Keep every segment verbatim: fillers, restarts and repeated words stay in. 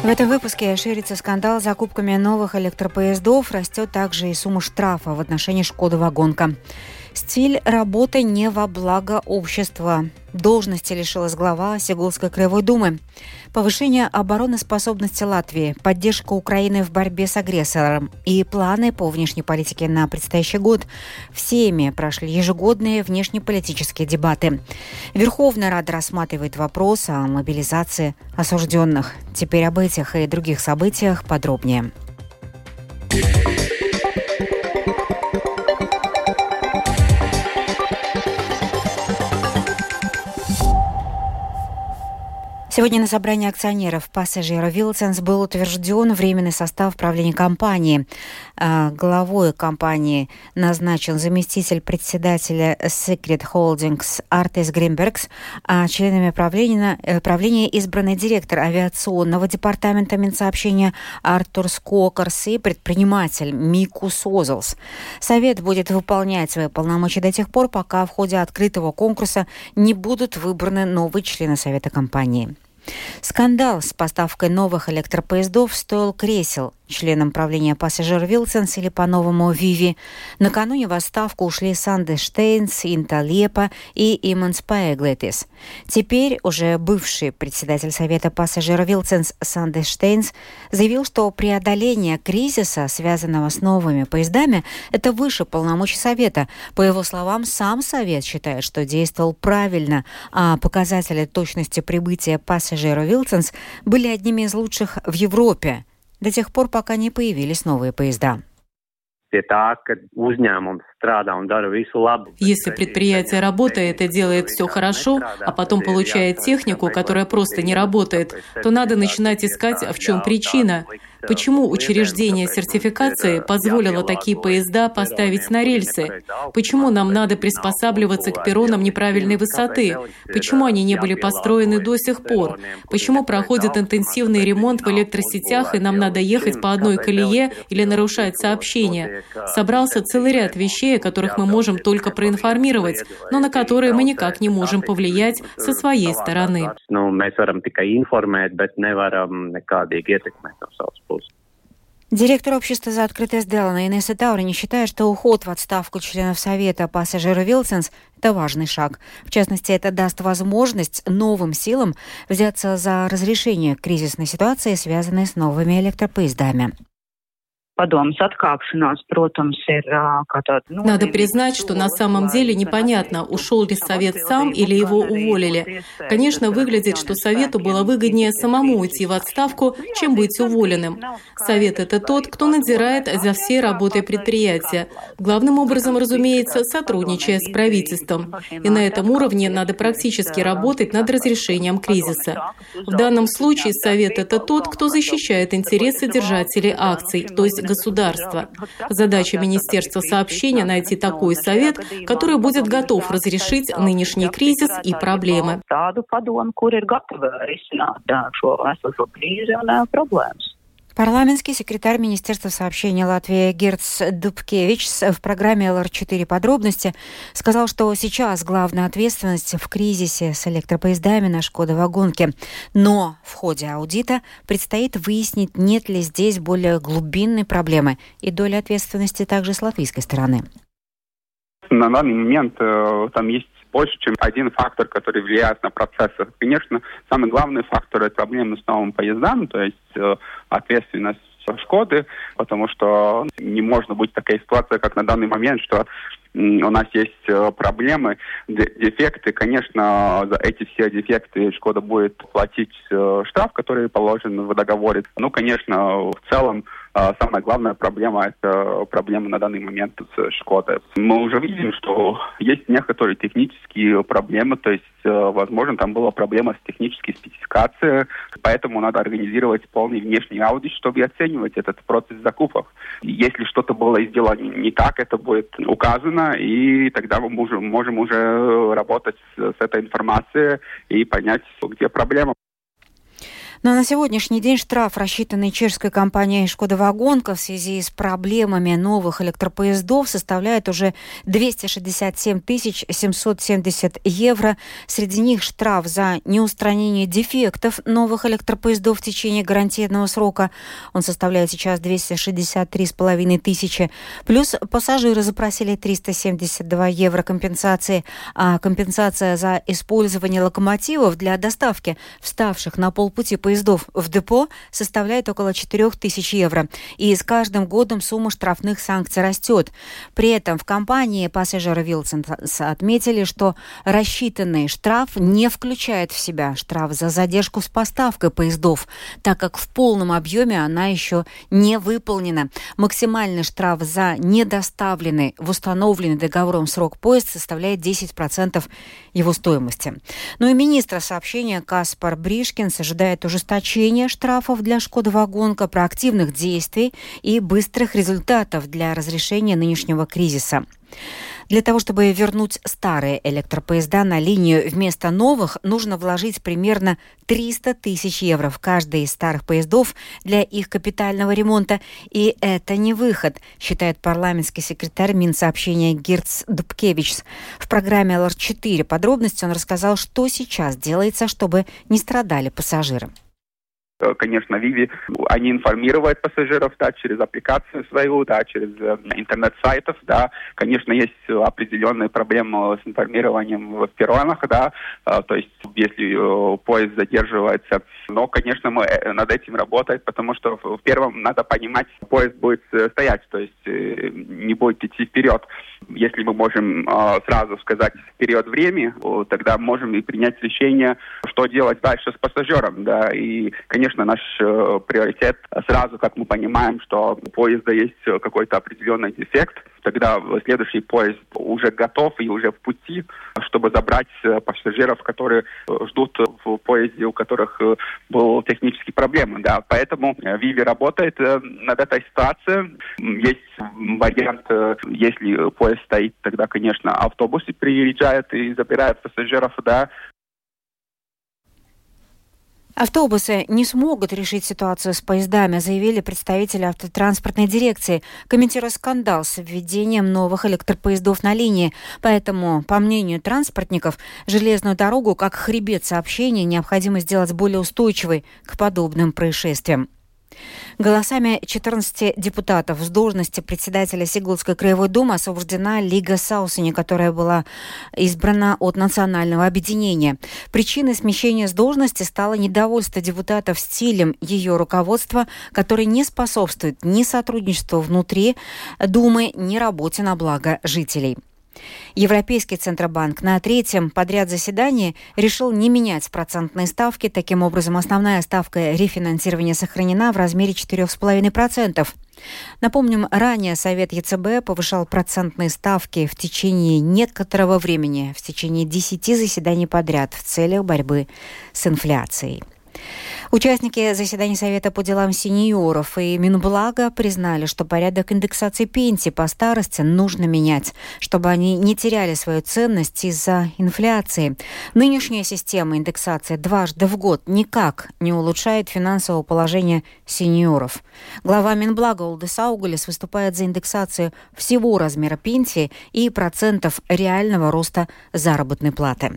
В этом выпуске ширится скандал с закупками новых электропоездов, растет также и сумма штрафа в отношении «Шкода Вагонка». Стиль работы не во благо общества. Должности лишилась глава Сигулской краевой думы. Повышение обороноспособности Латвии, поддержка Украины в борьбе с агрессором и планы по внешней политике на предстоящий год. В Сейме прошли ежегодные внешнеполитические дебаты. Верховная Рада рассматривает вопрос о мобилизации осужденных. Теперь об этих и других событиях подробнее. Сегодня на собрании акционеров Passenger Vilcens был утвержден временный состав правления компании. Главой компании назначен заместитель председателя Secret Holdings Артис Гринбергс, а членами правления, правления избранный директор авиационного департамента Минсообщения Артур Скокарс и предприниматель Микус Озелс. Совет будет выполнять свои полномочия до тех пор, пока в ходе открытого конкурса не будут выбраны новые члены Совета компании. Скандал с поставкой новых электропоездов стоил кресел членам правления Passenger Vilcens или по-новому Виви. Накануне в отставку ушли Санде Штейнс, Инта Лепа и Иманс Паэглетис. Теперь уже бывший председатель Совета Passenger Vilcens Санде Штейнс заявил, что преодоление кризиса, связанного с новыми поездами, это выше полномочий Совета. По его словам, сам Совет считает, что действовал правильно, а показатели точности прибытия Passenger Vilcens были одними из лучших в Европе до тех пор, пока не появились новые поезда. Если предприятие работает и делает все хорошо, а потом получает технику, которая просто не работает, то надо начинать искать, в чем причина. Почему учреждение сертификации позволило такие поезда поставить на рельсы? Почему нам надо приспосабливаться к перронам неправильной высоты? Почему они не были построены до сих пор? Почему проходит интенсивный ремонт в электросетях, и нам надо ехать по одной колее или нарушать сообщения? Собрался целый ряд вещей, о которых мы можем только проинформировать, но на которые мы никак не можем повлиять со своей стороны. Директор общества за открытость Делана Инесса Таурини считает, что уход в отставку членов Совета Passenger Vilcens – это важный шаг. В частности, это даст возможность новым силам взяться за разрешение кризисной ситуации, связанной с новыми электропоездами. Надо признать, что на самом деле непонятно, ушел ли Совет сам или его уволили. Конечно, выглядит, что Совету было выгоднее самому уйти в отставку, чем быть уволенным. Совет – это тот, кто надзирает за всей работой предприятия. Главным образом, разумеется, сотрудничая с правительством. И на этом уровне надо практически работать над разрешением кризиса. В данном случае Совет – это тот, кто защищает интересы держателей акций, то есть государства. Задача Министерства сообщения – найти такой совет, который будет готов разрешить нынешний кризис и проблемы. Парламентский секретарь Министерства сообщения Латвии Герц Дубкевич в программе эл эр четыре «Подробности» сказал, что сейчас главная ответственность в кризисе с электропоездами на «Шкода Вагонке». Но в ходе аудита предстоит выяснить, нет ли здесь более глубинной проблемы и доля ответственности также с латвийской стороны. На данный момент э, там есть больше, чем один фактор, который влияет на процессы. Конечно, самый главный фактор – это проблемы с новым поездом, то есть э, ответственность Шкоды, потому что не может быть такая ситуация, как на данный момент, что у нас есть проблемы, дефекты. Конечно, за эти все дефекты Шкода будет платить штраф, который положен в договоре. Ну, конечно, в целом самая главная проблема – это проблема на данный момент с Шкодой. Мы уже видим, что есть некоторые технические проблемы, то есть, возможно, там была проблема с технической спецификацией, поэтому надо организировать полный внешний аудит, чтобы оценивать этот процесс закупок. Если что-то было сделано не так, это будет указано, и тогда мы можем, можем уже работать с, с этой информацией и понять, где проблема. Но на сегодняшний день штраф, рассчитанный чешской компанией «Шкода Вагонка» в связи с проблемами новых электропоездов, составляет уже двести шестьдесят семь тысяч семьсот семьдесят евро. Среди них штраф за неустранение дефектов новых электропоездов в течение гарантийного срока. Он составляет сейчас двести шестьдесят три с половиной тысячи. Плюс пассажиры запросили триста семьдесят два евро компенсации. А компенсация за использование локомотивов для доставки вставших на полпути поездов в депо составляет около четырех тысяч евро. И с каждым годом сумма штрафных санкций растет. При этом в компании Passenger Wilson отметили, что рассчитанный штраф не включает в себя штраф за задержку с поставкой поездов, так как в полном объеме она еще не выполнена. Максимальный штраф за недоставленный в установленный договором срок поезд составляет десять процентов его стоимости. Ну и министр сообщения Каспар Бришкинс ожидает ужесточения штрафов для «Шкода Вагонка», проактивных действий и быстрых результатов для разрешения нынешнего кризиса. Для того, чтобы вернуть старые электропоезда на линию вместо новых, нужно вложить примерно триста тысяч евро в каждый из старых поездов для их капитального ремонта. И это не выход, считает парламентский секретарь Минсообщения Гирц Дубкевичс. В программе эл эр четыре подробности он рассказал, что сейчас делается, чтобы не страдали пассажиры. Конечно, Виви, они информируют пассажиров, да, через аппликацию свою, да, через э, интернет-сайтов, да. Конечно, есть определенные проблемы с информированием в перронах, да, э, то есть если э, поезд задерживается. Но, конечно, мы над этим работаем, потому что в первом надо понимать, поезд будет стоять, то есть э, не будет идти вперед. Если мы можем э, сразу сказать вперед время, э, тогда можем и принять решение, что делать дальше с пассажиром, да, и, конечно, наш э, приоритет сразу, как мы понимаем, что у поезда есть какой-то определенный дефект, тогда следующий поезд уже готов и уже в пути, чтобы забрать пассажиров, которые ждут в поезде, у которых был технические проблемы. Да. Поэтому Виви работает над этой ситуацией. Есть вариант, если поезд стоит, тогда, конечно, автобусы приезжают и забирают пассажиров, да. Автобусы не смогут решить ситуацию с поездами, заявили представители автотранспортной дирекции, комментируя скандал с введением новых электропоездов на линии. Поэтому, по мнению транспортников, железную дорогу как хребет сообщения необходимо сделать более устойчивой к подобным происшествиям. Голосами четырнадцати депутатов с должности председателя Сигултской краевой думы освобождена Лига Саусени, которая была избрана от национального объединения. Причиной смещения с должности стало недовольство депутатов стилем ее руководства, который не способствует ни сотрудничеству внутри Думы, ни работе на благо жителей. Европейский Центробанк на третьем подряд заседании решил не менять процентные ставки. Таким образом, основная ставка рефинансирования сохранена в размере четыре целых пять десятых процента. Напомним, ранее Совет е цэ бэ повышал процентные ставки в течение некоторого времени, в течение десяти заседаний подряд в целях борьбы с инфляцией. Участники заседаний Совета по делам сеньоров и Минблага признали, что порядок индексации пенсий по старости нужно менять, чтобы они не теряли свою ценность из-за инфляции. Нынешняя система индексации дважды в год никак не улучшает финансового положения сеньоров. Глава Минблага Улдис Аугулис выступает за индексацию всего размера пенсии и процентов реального роста заработной платы.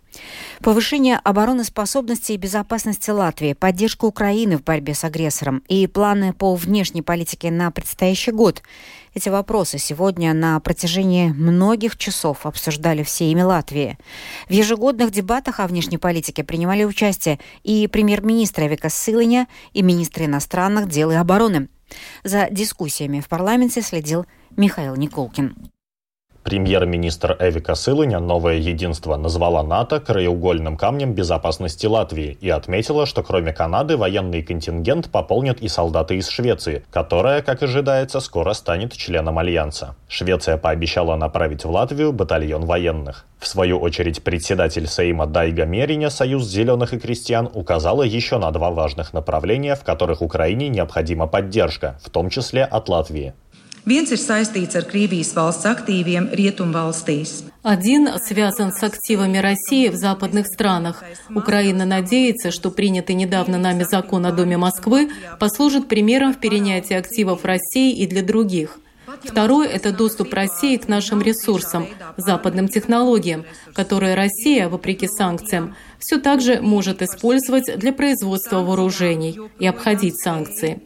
Повышение обороноспособности и безопасности Латвии, поддержка Украины в борьбе с агрессором и планы по внешней политике на предстоящий год. Эти вопросы сегодня на протяжении многих часов обсуждали в Сейме Латвии. В ежегодных дебатах о внешней политике принимали участие и премьер-министр Эвика Силиня, и министр иностранных дел и обороны. За дискуссиями в парламенте следил Михаил Николкин. Премьер-министр Эвика Силиня «Новое единство» назвала НАТО краеугольным камнем безопасности Латвии и отметила, что кроме Канады военный контингент пополнят и солдаты из Швеции, которая, как ожидается, скоро станет членом Альянса. Швеция пообещала направить в Латвию батальон военных. В свою очередь, председатель Сейма Дайга Мериня, Союз зеленых и крестьян, указала еще на два важных направления, в которых Украине необходима поддержка, в том числе от Латвии. Viens ir saistīts ar Krievijas valsts aktīviem Rietumvalstīs. Один связан с активами России в западных странах. Украина надеется, что принятый недавно нами закон о Доме Москвы послужит примером в перенятии активов России и для других. Второй – это доступ России к нашим ресурсам, западным технологиям, которые Россия, вопреки санкциям, все так же может использовать для производства вооружений и обходить санкции.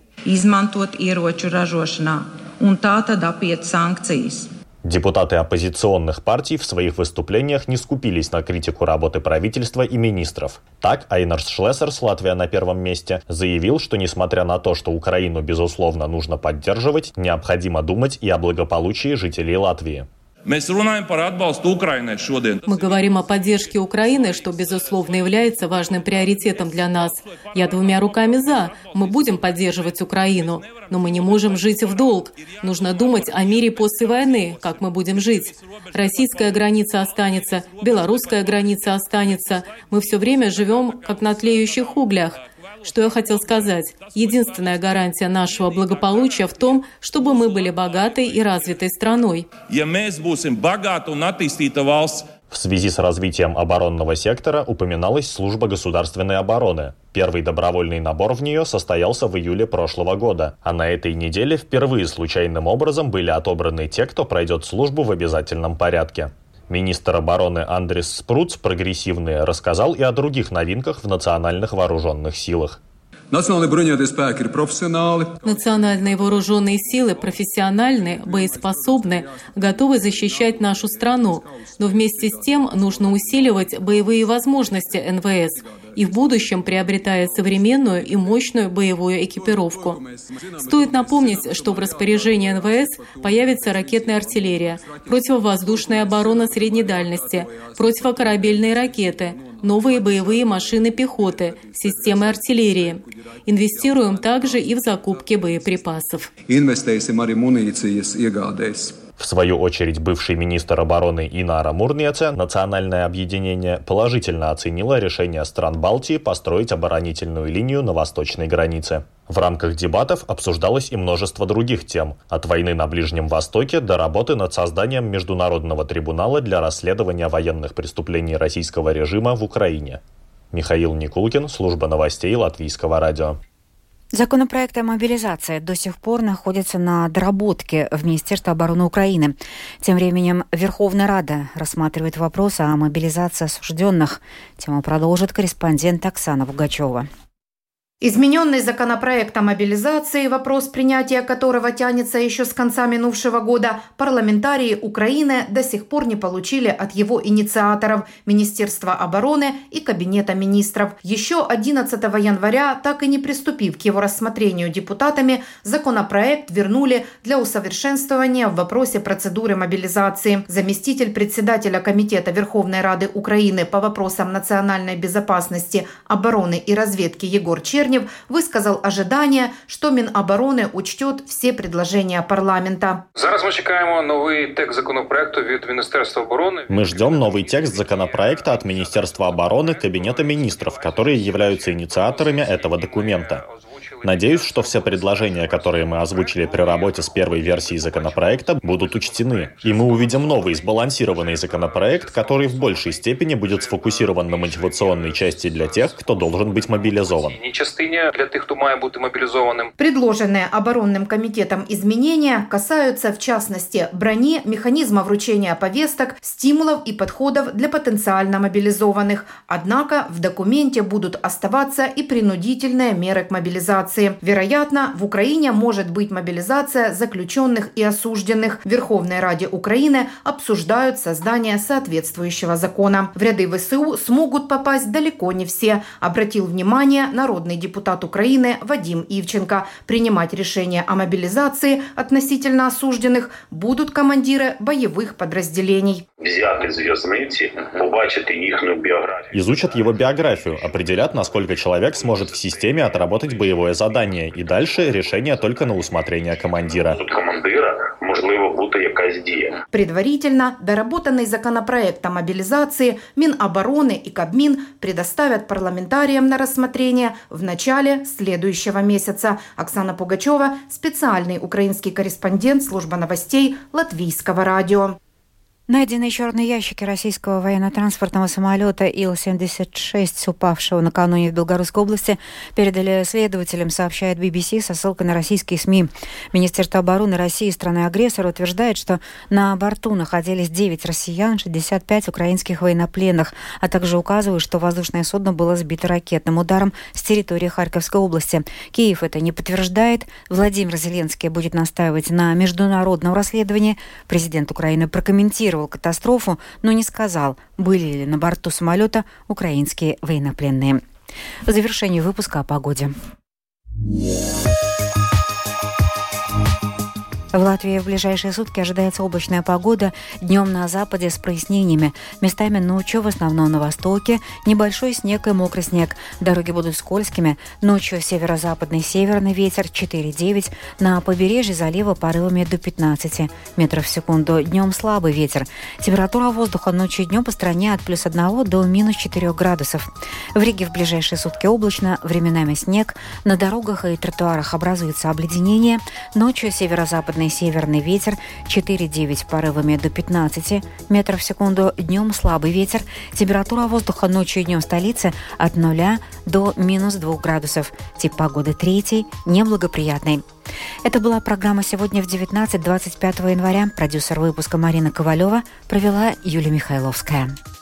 Депутаты оппозиционных партий в своих выступлениях не скупились на критику работы правительства и министров. Так, Айнарс Шлессерс, Латвия на первом месте, заявил, что несмотря на то, что Украину, безусловно, нужно поддерживать, необходимо думать и о благополучии жителей Латвии. Мы говорим о поддержке Украины, что, безусловно, является важным приоритетом для нас. Я двумя руками за. Мы будем поддерживать Украину. Но мы не можем жить в долг. Нужно думать о мире после войны, как мы будем жить. Российская граница останется, белорусская граница останется. Мы все время живем, как на тлеющих углях. Что я хотел сказать? Единственная гарантия нашего благополучия в том, чтобы мы были богатой и развитой страной. В связи с развитием оборонного сектора упоминалась служба государственной обороны. Первый добровольный набор в нее состоялся в июле прошлого года, а на этой неделе впервые случайным образом были отобраны те, кто пройдет службу в обязательном порядке. Министр обороны Андрис Спруц, прогрессивный, рассказал и о других новинках в национальных вооруженных силах. Национальные вооруженные силы профессиональны, боеспособны, готовы защищать нашу страну. Но вместе с тем нужно усиливать боевые возможности эн вэ эс и в будущем приобретая современную и мощную боевую экипировку. Стоит напомнить, что в распоряжении эн вэ эс появится ракетная артиллерия, противовоздушная оборона средней дальности, противокорабельные ракеты, новые боевые машины пехоты, системы артиллерии. Инвестируем также и в закупки боеприпасов. В свою очередь, бывший министр обороны Инара Мурниece, национальное объединение, положительно оценило решение стран Балтии построить оборонительную линию на восточной границе. В рамках дебатов обсуждалось и множество других тем, от войны на Ближнем Востоке до работы над созданием Международного трибунала для расследования военных преступлений российского режима в Украине. Михаил Никулкин, служба новостей Латвийского радио. Законопроект о мобилизации до сих пор находится на доработке в Министерстве обороны Украины. Тем временем Верховная Рада рассматривает вопрос о мобилизации осужденных. Тему продолжит корреспондент Оксана Пугачева. Измененный законопроект о мобилизации, вопрос принятия которого тянется еще с конца минувшего года, парламентарии Украины до сих пор не получили от его инициаторов Министерства обороны и Кабинета министров. Еще одиннадцатого января, так и не приступив к его рассмотрению депутатами, законопроект вернули для усовершенствования в вопросе процедуры мобилизации. Заместитель председателя Комитета Верховной Рады Украины по вопросам национальной безопасности, обороны и разведки Егор Чернев высказал ожидание, что Минобороны учтет все предложения парламента. Зараз мы чекаем новый текст законопроекта от Министерства обороны. Мы ждем новый текст законопроекта от Министерства обороны, Кабинета министров, которые являются инициаторами этого документа. Надеюсь, что все предложения, которые мы озвучили при работе с первой версией законопроекта, будут учтены. И мы увидим новый сбалансированный законопроект, который в большей степени будет сфокусирован на мотивационной части для тех, кто должен быть мобилизован. Для тех, кто має бути мобилизованным. Предложенные оборонным комитетом изменения касаются, в частности, брони, механизма вручения повесток, стимулов и подходов для потенциально мобилизованных. Однако в документе будут оставаться и принудительные меры к мобилизации. Вероятно, в Украине может быть мобилизация заключенных и осужденных. В Верховной Раде Украины обсуждают создание соответствующего закона. В ряды вэ эс у смогут попасть далеко не все, обратил внимание народный депутат Украины Вадим Ивченко. Принимать решение о мобилизации относительно осужденных будут командиры боевых подразделений. Изучат его биографию, определят, насколько человек сможет в системе отработать боевое задание, и дальше решение только на усмотрение командира. Предварительно доработанный законопроект о мобилизации Минобороны и Кабмин предоставят парламентариям на рассмотрение в начале следующего месяца. Оксана Пугачева, специальный украинский корреспондент службы новостей Латвийского радио. Найденные черные ящики российского военно-транспортного самолета Ил семьдесят шесть, упавшего накануне в Белгородской области, передали следователям, сообщает би би си со ссылкой на российские СМИ. Министерство обороны России, страны-агрессора, утверждает, что на борту находились девять россиян, шестьдесят пять украинских военнопленных, а также указывает, что воздушное судно было сбито ракетным ударом с территории Харьковской области. Киев это не подтверждает. Владимир Зеленский будет настаивать на международном расследовании. Президент Украины прокомментировал катастрофу, но не сказал, были ли на борту самолета украинские военнопленные. В завершении выпуска о погоде. В Латвии в ближайшие сутки ожидается облачная погода. Днем на западе с прояснениями. Местами ночью, в основном на востоке, небольшой снег и мокрый снег. Дороги будут скользкими. Ночью северо-западный северный ветер четыре-девять. На побережье залива порывами до пятнадцати метров в секунду. Днем слабый ветер. Температура воздуха ночью и днем по стране от плюс одного до минус четырех градусов. В Риге в ближайшие сутки облачно, временами снег. На дорогах и тротуарах образуется обледенение. Ночью северо-западный северный ветер четыре-девять порывами до пятнадцати метров в секунду. Днем слабый ветер. Температура воздуха ночью и днем в столице от нуля до минус двух градусов. Тип погоды третий, неблагоприятный. Это была программа «Сегодня в девятнадцать» двадцать пятого января. Продюсер выпуска Марина Ковалева, провела Юлия Михайловская.